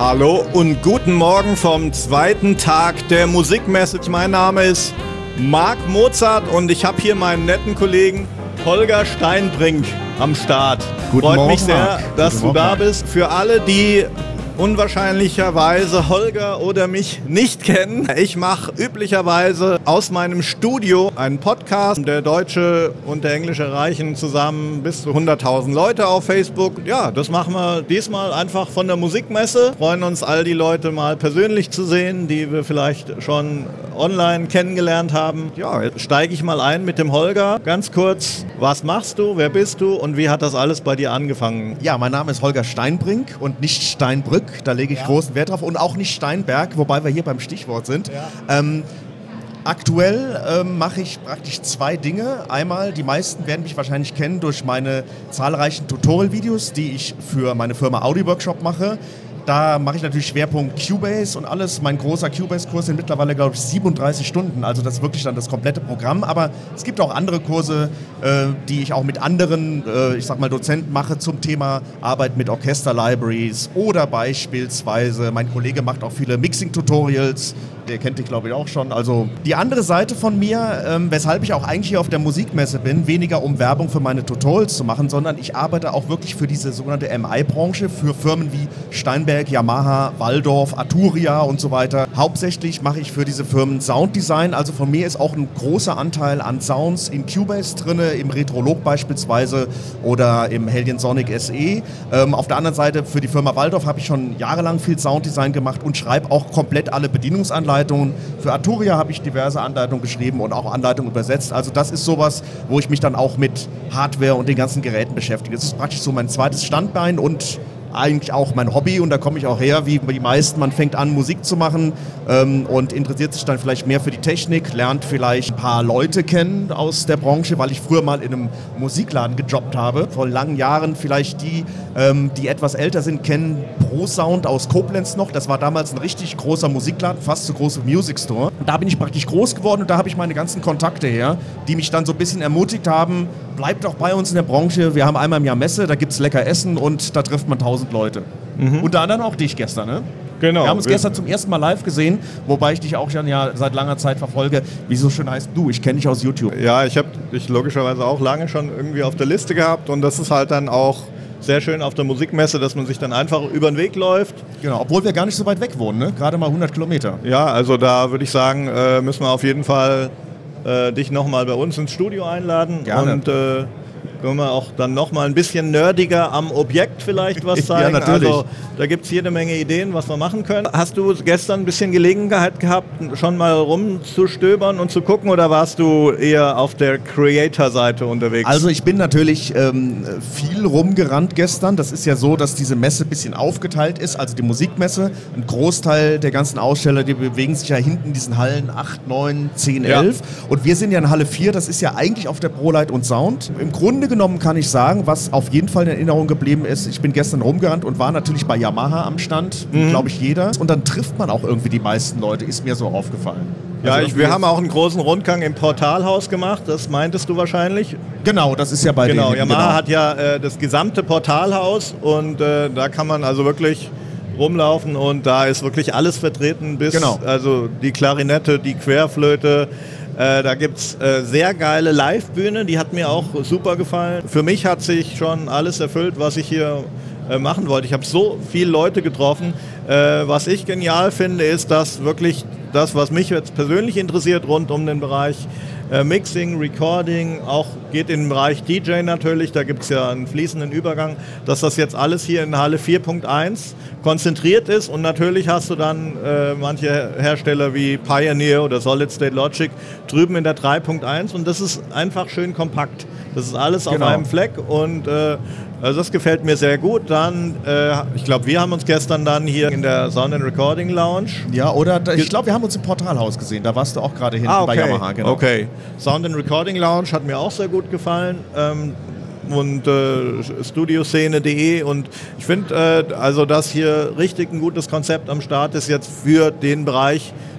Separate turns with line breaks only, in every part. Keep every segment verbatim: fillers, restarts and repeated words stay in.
Hallo und guten Morgen vom zweiten Tag der Musikmesse. Mein Name ist Marc Mozart und ich habe hier meinen netten Kollegen Holger Steinbrink am Start.
Guten
Freut
Morgen,
mich sehr,
Marc.
dass
Guten
du
Morgen,
da
Marc.
bist. Für alle, die unwahrscheinlicherweise Holger oder mich nicht kennen. Ich mache üblicherweise aus meinem Studio einen Podcast. Der Deutsche und der Englische erreichen zusammen bis zu hunderttausend Leute auf Facebook. Ja, das machen wir diesmal einfach von der Musikmesse. Freuen uns, all die Leute mal persönlich zu sehen, die wir vielleicht schon online kennengelernt haben. Ja, jetzt steige ich mal ein mit dem Holger. Ganz kurz, was machst du, wer bist du und wie hat das alles bei dir angefangen?
Ja, mein Name ist Holger Steinbrink und nicht Steinbrück. Da lege ich ja. großen Wert drauf. Und auch nicht Steinberg, wobei wir hier beim Stichwort sind. Ja. Ähm, aktuell ähm, mache ich praktisch zwei Dinge. Einmal, die meisten werden mich wahrscheinlich kennen durch meine zahlreichen Tutorial-Videos, die ich für meine Firma Audi Workshop mache. Da mache ich natürlich Schwerpunkt Cubase und alles. Mein großer Cubase-Kurs sind mittlerweile, glaube ich, siebenunddreißig Stunden. Also das ist wirklich dann das komplette Programm. Aber es gibt auch andere Kurse, äh, die ich auch mit anderen, äh, ich sag mal, Dozenten mache zum Thema Arbeit mit Orchester-Libraries oder beispielsweise mein Kollege macht auch viele Mixing-Tutorials. Der kennt dich, glaube ich, auch schon. Also die andere Seite von mir, ähm, weshalb ich auch eigentlich hier auf der Musikmesse bin, weniger um Werbung für meine Tutorials zu machen, sondern ich arbeite auch wirklich für diese sogenannte M I-Branche, für Firmen wie Steinberg, Yamaha, Waldorf, Arturia und so weiter. Hauptsächlich mache ich für diese Firmen Sounddesign, also von mir ist auch ein großer Anteil an Sounds in Cubase drin, im Retrolog beispielsweise oder im Hellion Sonic S E. Ähm, auf der anderen Seite für die Firma Waldorf habe ich schon jahrelang viel Sounddesign gemacht und schreibe auch komplett alle Bedienungsanleitungen. Für Arturia habe ich diverse Anleitungen geschrieben und auch Anleitungen übersetzt. Also das ist sowas, wo ich mich dann auch mit Hardware und den ganzen Geräten beschäftige. Das ist praktisch so mein zweites Standbein und eigentlich auch mein Hobby und da komme ich auch her, wie die meisten. Man fängt an, Musik zu machen ähm, und interessiert sich dann vielleicht mehr für die Technik, lernt vielleicht ein paar Leute kennen aus der Branche, weil ich früher mal in einem Musikladen gejobbt habe. Vor langen Jahren vielleicht die, ähm, die etwas älter sind, kennen Pro Sound aus Koblenz noch. Das war damals ein richtig großer Musikladen, fast so groß wie Music Store. Und da bin ich praktisch groß geworden und da habe ich meine ganzen Kontakte her, die mich dann so ein bisschen ermutigt haben, bleibt doch bei uns in der Branche. Wir haben einmal im Jahr Messe, da gibt es lecker Essen und da trifft man tausend Leute. Mhm. Unter anderem auch dich gestern, ne?
Genau.
Wir haben uns gestern zum ersten Mal live gesehen, wobei ich dich auch schon ja seit langer Zeit verfolge. Wie so schön heißt du, ich kenne dich aus YouTube.
Ja, ich habe dich logischerweise auch lange schon irgendwie auf der Liste gehabt und das ist halt dann auch sehr schön auf der Musikmesse, dass man sich dann einfach über den Weg läuft.
Genau, obwohl wir gar nicht so weit weg wohnen, ne? Gerade mal hundert Kilometer.
Ja, also da würde ich sagen, äh, müssen wir auf jeden Fall äh, dich nochmal bei uns ins Studio einladen.
Gerne.
Und äh, können wir auch dann nochmal ein bisschen nerdiger am Objekt vielleicht was zeigen.
Ja, natürlich.
Also da gibt es jede Menge Ideen, was wir machen können. Hast du gestern ein bisschen Gelegenheit gehabt, schon mal rumzustöbern und zu gucken oder warst du eher auf der Creator-Seite unterwegs?
Also ich bin natürlich ähm, viel rumgerannt gestern. Das ist ja so, dass diese Messe ein bisschen aufgeteilt ist, also die Musikmesse. Ein Großteil der ganzen Aussteller, die bewegen sich ja hinten in diesen Hallen acht, neun, zehn, elf. Ja. Und wir sind ja in Halle vier, das ist ja eigentlich auf der ProLight und Sound. Im Grunde genommen kann ich sagen, was auf jeden Fall in Erinnerung geblieben ist, ich bin gestern rumgerannt und war natürlich bei Yamaha am Stand, wie mhm. glaube ich jeder. Und dann trifft man auch irgendwie die meisten Leute, ist mir so aufgefallen.
Ja,
also
ich, wir haben auch einen großen Rundgang im Portalhaus gemacht, das meintest du wahrscheinlich.
Genau, das ist ja bei
genau,
denen.
Yamaha
genau.
hat ja äh, das gesamte Portalhaus und äh, da kann man also wirklich rumlaufen und da ist wirklich alles vertreten, bis
genau.
also die Klarinette, die Querflöte. Äh, da gibt es äh, sehr geile Live-Bühne, die hat mir auch super gefallen. Für mich hat sich schon alles erfüllt, was ich hier äh, machen wollte. Ich habe so viele Leute getroffen. Äh, was ich genial finde, ist, dass wirklich das, was mich jetzt persönlich interessiert, rund um den Bereich äh, Mixing, Recording, auch geht in den Bereich D J natürlich, da gibt es ja einen fließenden Übergang, dass das jetzt alles hier in Halle vier Punkt eins konzentriert ist und natürlich hast du dann äh, manche Hersteller wie Pioneer oder Solid State Logic drüben in der drei Punkt eins und das ist einfach schön kompakt. Das ist alles
genau.
auf einem Fleck und äh, also das gefällt mir sehr gut. Dann, äh, ich glaube, wir haben uns gestern dann hier in der Sound and Recording Lounge.
Ja, oder da, ich glaube, wir haben uns im Portalhaus gesehen. Da warst du auch gerade hinten
ah, okay.
bei Yamaha. Genau.
Okay. Sound and Recording Lounge hat mir auch sehr gut gefallen. Ähm, und äh, studioszene punkt de und ich finde, äh, also dass hier richtig ein gutes Konzept am Start ist jetzt für den Bereich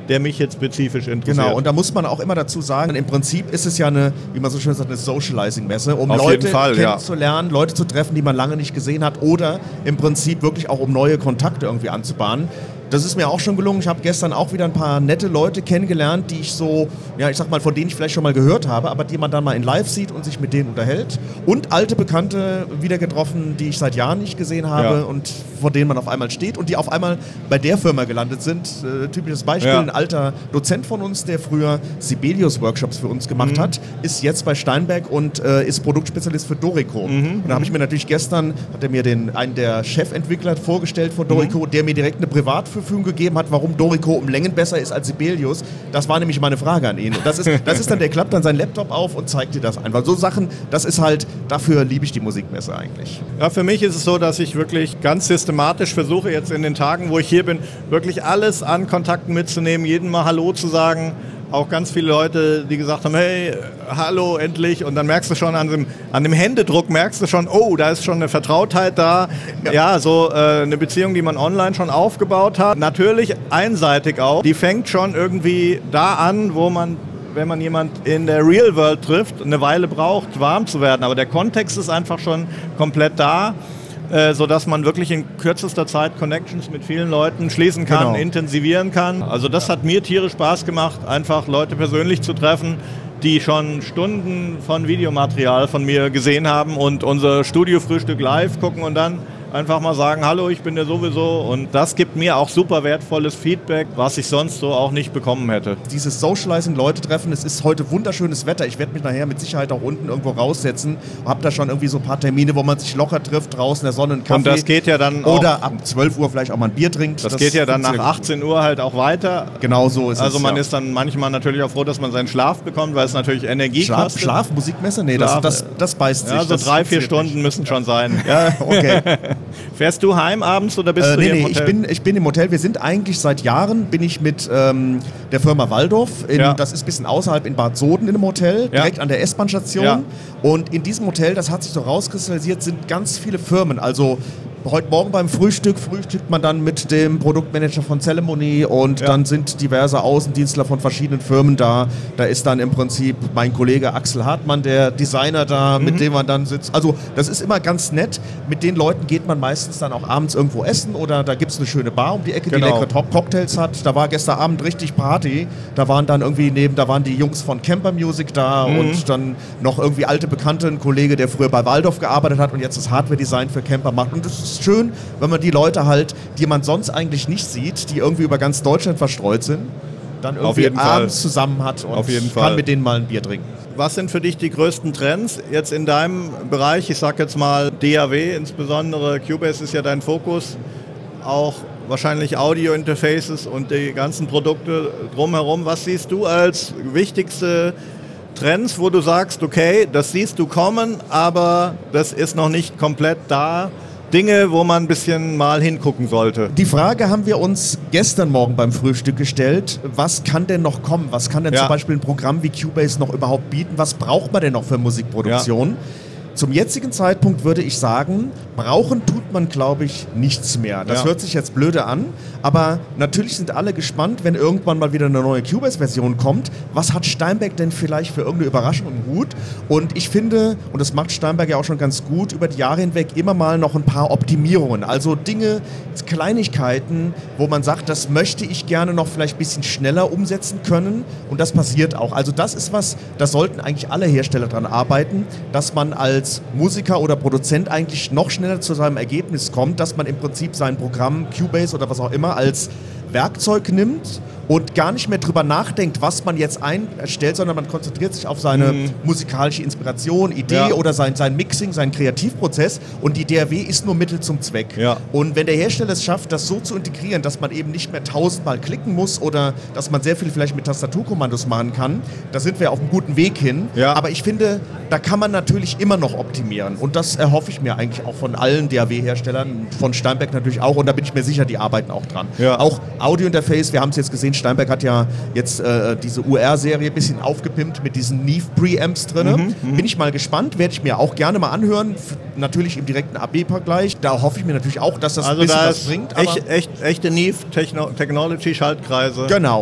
der mich jetzt spezifisch interessiert.
Genau, und da muss man auch immer dazu sagen, im Prinzip ist es ja eine, wie man so schön sagt, eine Socializing-Messe, um
Auf
Leute
jeden Fall,
kennenzulernen, ja. Leute zu treffen, die man lange nicht gesehen hat oder im Prinzip wirklich auch um neue Kontakte irgendwie anzubahnen. Das ist mir auch schon gelungen. Ich habe gestern auch wieder ein paar nette Leute kennengelernt, die ich so, ja, ich sag mal, von denen ich vielleicht schon mal gehört habe, aber die man dann mal in live sieht und sich mit denen unterhält. Und alte Bekannte wieder getroffen, die ich seit Jahren nicht gesehen habe, ja. Und vor denen man auf einmal steht und die auf einmal bei der Firma gelandet sind. Äh, typisches Beispiel, ja. Ein alter Dozent von uns, der früher Sibelius-Workshops für uns gemacht mhm. hat, ist jetzt bei Steinberg und äh, ist Produktspezialist für Dorico. Mhm. Und da habe ich mir natürlich gestern, hat er mir den, einen der Chefentwickler vorgestellt von Dorico, mhm. der mir direkt eine Privatverfügung gegeben hat, warum Dorico um Längen besser ist als Sibelius. Das war nämlich meine Frage an ihn. Und das ist, das ist dann, der klappt dann seinen Laptop auf und zeigt dir das einfach. So Sachen, das ist halt, dafür liebe ich die Musikmesse eigentlich.
Ja, für mich ist es so, dass ich wirklich ganz systematisch versuche, jetzt in den Tagen, wo ich hier bin, wirklich alles an Kontakten mitzunehmen, jedem mal Hallo zu sagen. Auch ganz viele Leute, die gesagt haben, hey, hallo, endlich. Und dann merkst du schon an dem, an dem Händedruck, merkst du schon, oh, da ist schon eine Vertrautheit da. Ja, ja so äh, eine Beziehung, die man online schon aufgebaut hat. Natürlich einseitig auch. Die fängt schon irgendwie da an, wo man, wenn man jemand in der Real World trifft, eine Weile braucht, warm zu werden. Aber der Kontext ist einfach schon komplett da. Äh, sodass man wirklich in kürzester Zeit Connections mit vielen Leuten schließen kann, genau. intensivieren kann. Also das hat mir tierisch Spaß gemacht, einfach Leute persönlich zu treffen, die schon Stunden von Videomaterial von mir gesehen haben und unser Studio-Frühstück live gucken und dann einfach mal sagen, hallo, ich bin der sowieso. Und das gibt mir auch super wertvolles Feedback, was ich sonst so auch nicht bekommen hätte.
Dieses Socializing, Leute treffen, es ist heute wunderschönes Wetter. Ich werde mich nachher mit Sicherheit auch unten irgendwo raussetzen. Hab da schon irgendwie so ein paar Termine, wo man sich locker trifft, draußen in der Sonne, einen Kaffee.
Und das geht ja dann auch...
Oder ab zwölf Uhr vielleicht auch mal ein Bier trinkt.
Das, das geht ja dann nach achtzehn Uhr halt auch weiter.
Genau so ist
also es. Also man
ja.
ist dann manchmal natürlich auch froh, dass man seinen Schlaf bekommt, weil es natürlich Energie
Schlaf,
kostet.
Schlaf, Musikmesse? Nee, Schlaf, das, das, das beißt sich.
Ja, so
das
drei, vier Stunden nicht. Müssen schon sein.
Ja, okay.
Fährst du heim abends oder bist
äh,
du
nee,
hier
nee,
im Hotel?
Ich bin, ich bin im Hotel. Wir sind eigentlich seit Jahren, bin ich mit ähm, der Firma Waldorf, in,
ja.
das ist ein bisschen außerhalb in Bad Soden in einem Hotel, direkt
ja.
an der S-Bahn-Station. Ja. Und in diesem Hotel, das hat sich so rauskristallisiert, sind ganz viele Firmen. Also heute Morgen beim Frühstück frühstückt man dann mit dem Produktmanager von Celemony und ja. dann sind diverse Außendienstler von verschiedenen Firmen da. Da ist dann im Prinzip mein Kollege Axel Hartmann, der Designer da, mhm. mit dem man dann sitzt. Also das ist immer ganz nett. Mit den Leuten geht man meistens dann auch abends irgendwo essen oder da gibt es eine schöne Bar um die Ecke, genau. die leckere Top Cocktails hat. Da war gestern Abend richtig Party. Da waren dann irgendwie neben, da waren die Jungs von Camper Music da mhm. und dann noch irgendwie alte Bekannte, ein Kollege, der früher bei Waldorf gearbeitet hat und jetzt das Hardware-Design für Camper macht. Und das ist schön, wenn man die Leute halt, die man sonst eigentlich nicht sieht, die irgendwie über ganz Deutschland verstreut sind, dann irgendwie abends Fall. zusammen hat und
Auf jeden
kann
Fall.
mit denen mal ein Bier trinken.
Was sind für dich die größten Trends jetzt in deinem Bereich? Ich sag jetzt mal D A W, insbesondere Cubase ist ja dein Fokus, auch wahrscheinlich Audio-Interfaces und die ganzen Produkte drumherum. Was siehst du als wichtigste Trends, wo du sagst, okay, das siehst du kommen, aber das ist noch nicht komplett da? Dinge, wo man ein bisschen mal hingucken sollte.
Die Frage haben wir uns gestern Morgen beim Frühstück gestellt. Was kann denn noch kommen? Was kann denn ja. zum Beispiel ein Programm wie Cubase noch überhaupt bieten? Was braucht man denn noch für Musikproduktion? Ja. Zum jetzigen Zeitpunkt würde ich sagen, brauchen tut man, glaube ich, nichts mehr. Das ja. hört sich jetzt blöde an, aber natürlich sind alle gespannt, wenn irgendwann mal wieder eine neue Cubase-Version kommt. Was hat Steinberg denn vielleicht für irgendeine Überraschung im Hut? Und ich finde, und das macht Steinberg ja auch schon ganz gut, über die Jahre hinweg immer mal noch ein paar Optimierungen. Also Dinge, Kleinigkeiten, wo man sagt, das möchte ich gerne noch vielleicht ein bisschen schneller umsetzen können. Und das passiert auch. Also das ist was, da sollten eigentlich alle Hersteller dran arbeiten, dass man als Musiker oder Produzent eigentlich noch schneller zu seinem Ergebnis kommt, dass man im Prinzip sein Programm Cubase oder was auch immer als Werkzeug nimmt und gar nicht mehr drüber nachdenkt, was man jetzt einstellt, sondern man konzentriert sich auf seine mhm. musikalische Inspiration, Idee ja. oder sein, sein Mixing, seinen Kreativprozess und die D A W ist nur Mittel zum Zweck. Ja. Und wenn der Hersteller es schafft, das so zu integrieren, dass man eben nicht mehr tausendmal klicken muss oder dass man sehr viel vielleicht mit Tastaturkommandos machen kann, da sind wir auf einem guten Weg hin. Ja. Aber ich finde, da kann man natürlich immer noch optimieren und das erhoffe ich mir eigentlich auch von allen D A W-Herstellern, von Steinberg natürlich auch und da bin ich mir sicher, die arbeiten auch dran. Ja. Auch Audio-Interface, wir haben es jetzt gesehen, Steinberg hat ja jetzt äh, diese U R-Serie ein bisschen aufgepimpt mit diesen Neve Preamps drin. Mhm, Bin ich mal gespannt, werde ich mir auch gerne mal anhören. F- natürlich im direkten A B-Vergleich. Da hoffe ich mir natürlich auch, dass das
also
ein bisschen
da
was bringt.
Echt, echt, echte Neve Techno- Technology-Schaltkreise.
Genau.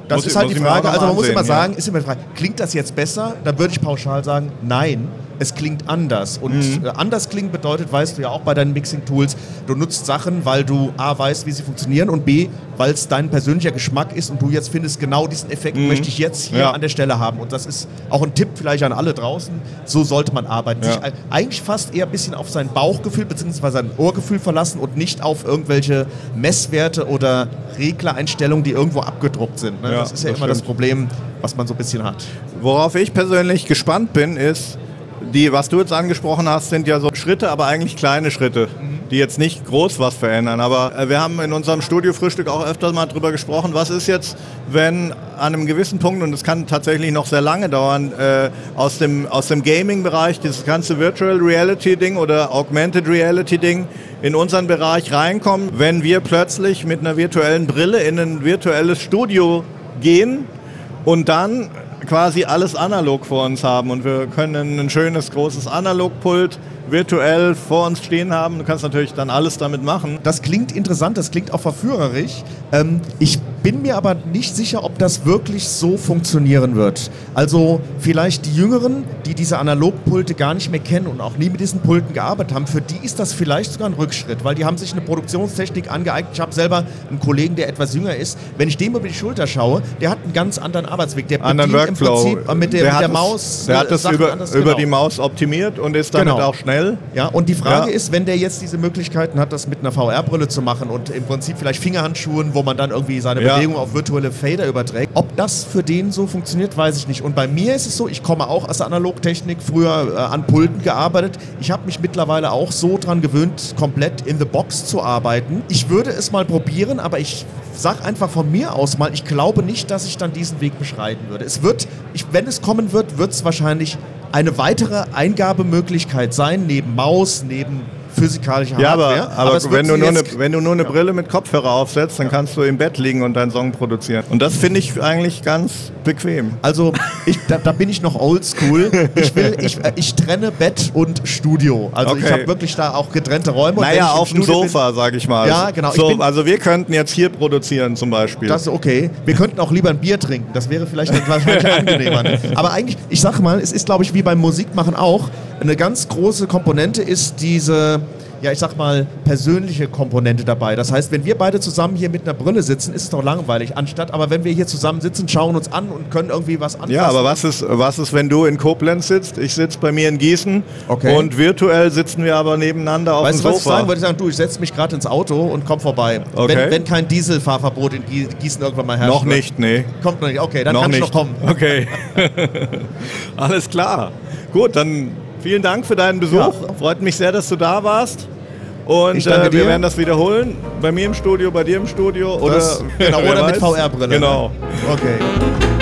Das
muss
ist
ich,
halt
muss
die
ich mir auch
Frage,
noch
also
mal
man muss
ansehen,
immer
ja.
sagen, ist immer die Frage, klingt das jetzt besser? Da würde ich pauschal sagen, nein. Es klingt anders. Und
Mhm.
äh, anders klingen bedeutet, weißt du ja auch bei deinen Mixing-Tools, du nutzt Sachen, weil du A, weißt, wie sie funktionieren und B, weil es dein persönlicher Geschmack ist und du jetzt findest, genau diesen Effekt
Mhm.
möchte ich jetzt hier
Ja.
an der Stelle haben. Und das ist auch ein Tipp vielleicht an alle draußen, so sollte man arbeiten.
Ja.
Sich eigentlich fast eher ein bisschen auf sein Bauchgefühl bzw. sein Ohrgefühl verlassen und nicht auf irgendwelche Messwerte oder Reglereinstellungen, die irgendwo abgedruckt sind. Ne?
Ja,
das ist ja
das
immer das
stimmt.
Problem, was man so ein bisschen hat.
Worauf ich persönlich gespannt bin, ist, die, was du jetzt angesprochen hast, sind ja so Schritte, aber eigentlich kleine Schritte, die jetzt nicht groß was verändern. Aber äh, wir haben in unserem Studiofrühstück auch öfters mal drüber gesprochen, was ist jetzt, wenn an einem gewissen Punkt, und das kann tatsächlich noch sehr lange dauern, äh, aus dem, aus dem Gaming-Bereich, dieses ganze Virtual Reality-Ding oder Augmented Reality-Ding in unseren Bereich reinkommen, wenn wir plötzlich mit einer virtuellen Brille in ein virtuelles Studio gehen und dann quasi alles analog vor uns haben und wir können ein schönes, großes Analogpult virtuell vor uns stehen haben. Du kannst natürlich dann alles damit machen.
Das klingt interessant, das klingt auch verführerisch. Ähm, ich bin mir aber nicht sicher, ob das wirklich so funktionieren wird. Also vielleicht die Jüngeren, die diese Analogpulte gar nicht mehr kennen und auch nie mit diesen Pulten gearbeitet haben, für die ist das vielleicht sogar ein Rückschritt, weil die haben sich eine Produktionstechnik angeeignet. Ich habe selber einen Kollegen, der etwas jünger ist. Wenn ich dem über die Schulter schaue, der hat einen ganz anderen Arbeitsweg. Der
Anderen
bedient im
Workflow.
Prinzip mit der,
der
mit der
hat
Maus
es, Der hat
äh,
das
Sachen
über,
anders,
über
genau.
die Maus optimiert und ist damit
Genau.
auch schnell.
Ja, und die Frage
Ja.
ist, wenn der jetzt diese Möglichkeiten hat, das mit einer V R-Brille zu machen und im Prinzip vielleicht Fingerhandschuhen, wo man dann irgendwie seine
Ja.
Bewegung auf virtuelle Fader überträgt, ob das für den so funktioniert, weiß ich nicht. Und bei mir ist es so, ich komme auch aus der Analogtechnik, früher äh, an Pulten gearbeitet. Ich habe mich mittlerweile auch so dran gewöhnt, komplett in the box zu arbeiten. Ich würde es mal probieren, aber ich sag einfach von mir aus mal, ich glaube nicht, dass ich dann diesen Weg beschreiten würde. Es wird, ich, wenn es kommen wird, wird es wahrscheinlich eine weitere Eingabemöglichkeit sein, neben Maus, neben physikalischer
Ja,
Hardware.
aber, aber
es wird
wenn, du
sie
nur eine,
jetzt-
wenn du nur eine
Ja.
Brille mit Kopfhörer aufsetzt, dann kannst du im Bett liegen und deinen Song produzieren. Und das finde ich eigentlich ganz bequem.
Also ich, da, da bin ich noch oldschool. Ich will, ich, äh, ich trenne Bett und Studio. Also ich
Okay.
habe wirklich da auch getrennte Räume. Und wenn
Naja,
ich im
auf dem
Studio bin-
Sofa, sag ich mal.
Ja, genau. Ich
So,
bin-
also wir könnten jetzt hier produzieren zum Beispiel.
Das ist okay. Wir könnten auch lieber ein Bier trinken. Das wäre vielleicht wahrscheinlich angenehmer. Ne? Aber eigentlich, ich sag mal, es ist, glaube ich, wie beim Musikmachen auch, eine ganz große Komponente ist diese, ja, ich sag mal, persönliche Komponente dabei. Das heißt, wenn wir beide zusammen hier mit einer Brille sitzen, ist es doch langweilig. Anstatt, aber wenn wir hier zusammen sitzen, schauen uns an und können irgendwie was anfassen.
Ja, aber was ist, was ist, wenn du in Koblenz sitzt? Ich sitze bei mir in Gießen
Okay.
und virtuell sitzen wir aber nebeneinander auf
Weißt
dem
du, was ich
Sofa.
sagen wollte? Ich sagen, du, ich setze mich gerade ins Auto und komm vorbei.
Okay.
Wenn, wenn kein Dieselfahrverbot in Gie- Gießen irgendwann mal herrscht.
Noch nicht, nee.
Kommt noch nicht. Okay, dann
noch
kann
nicht.
ich noch kommen.
Okay. Alles klar. Gut, dann vielen Dank für deinen Besuch.
Ja.
Freut mich sehr, dass du da warst. Und
Ich danke
äh, wir
dir.
werden das wiederholen. Bei mir im Studio, bei dir im Studio. Oder,
Das, genau,
wer
oder mit
weiß.
V R-Brille.
Genau.
Okay.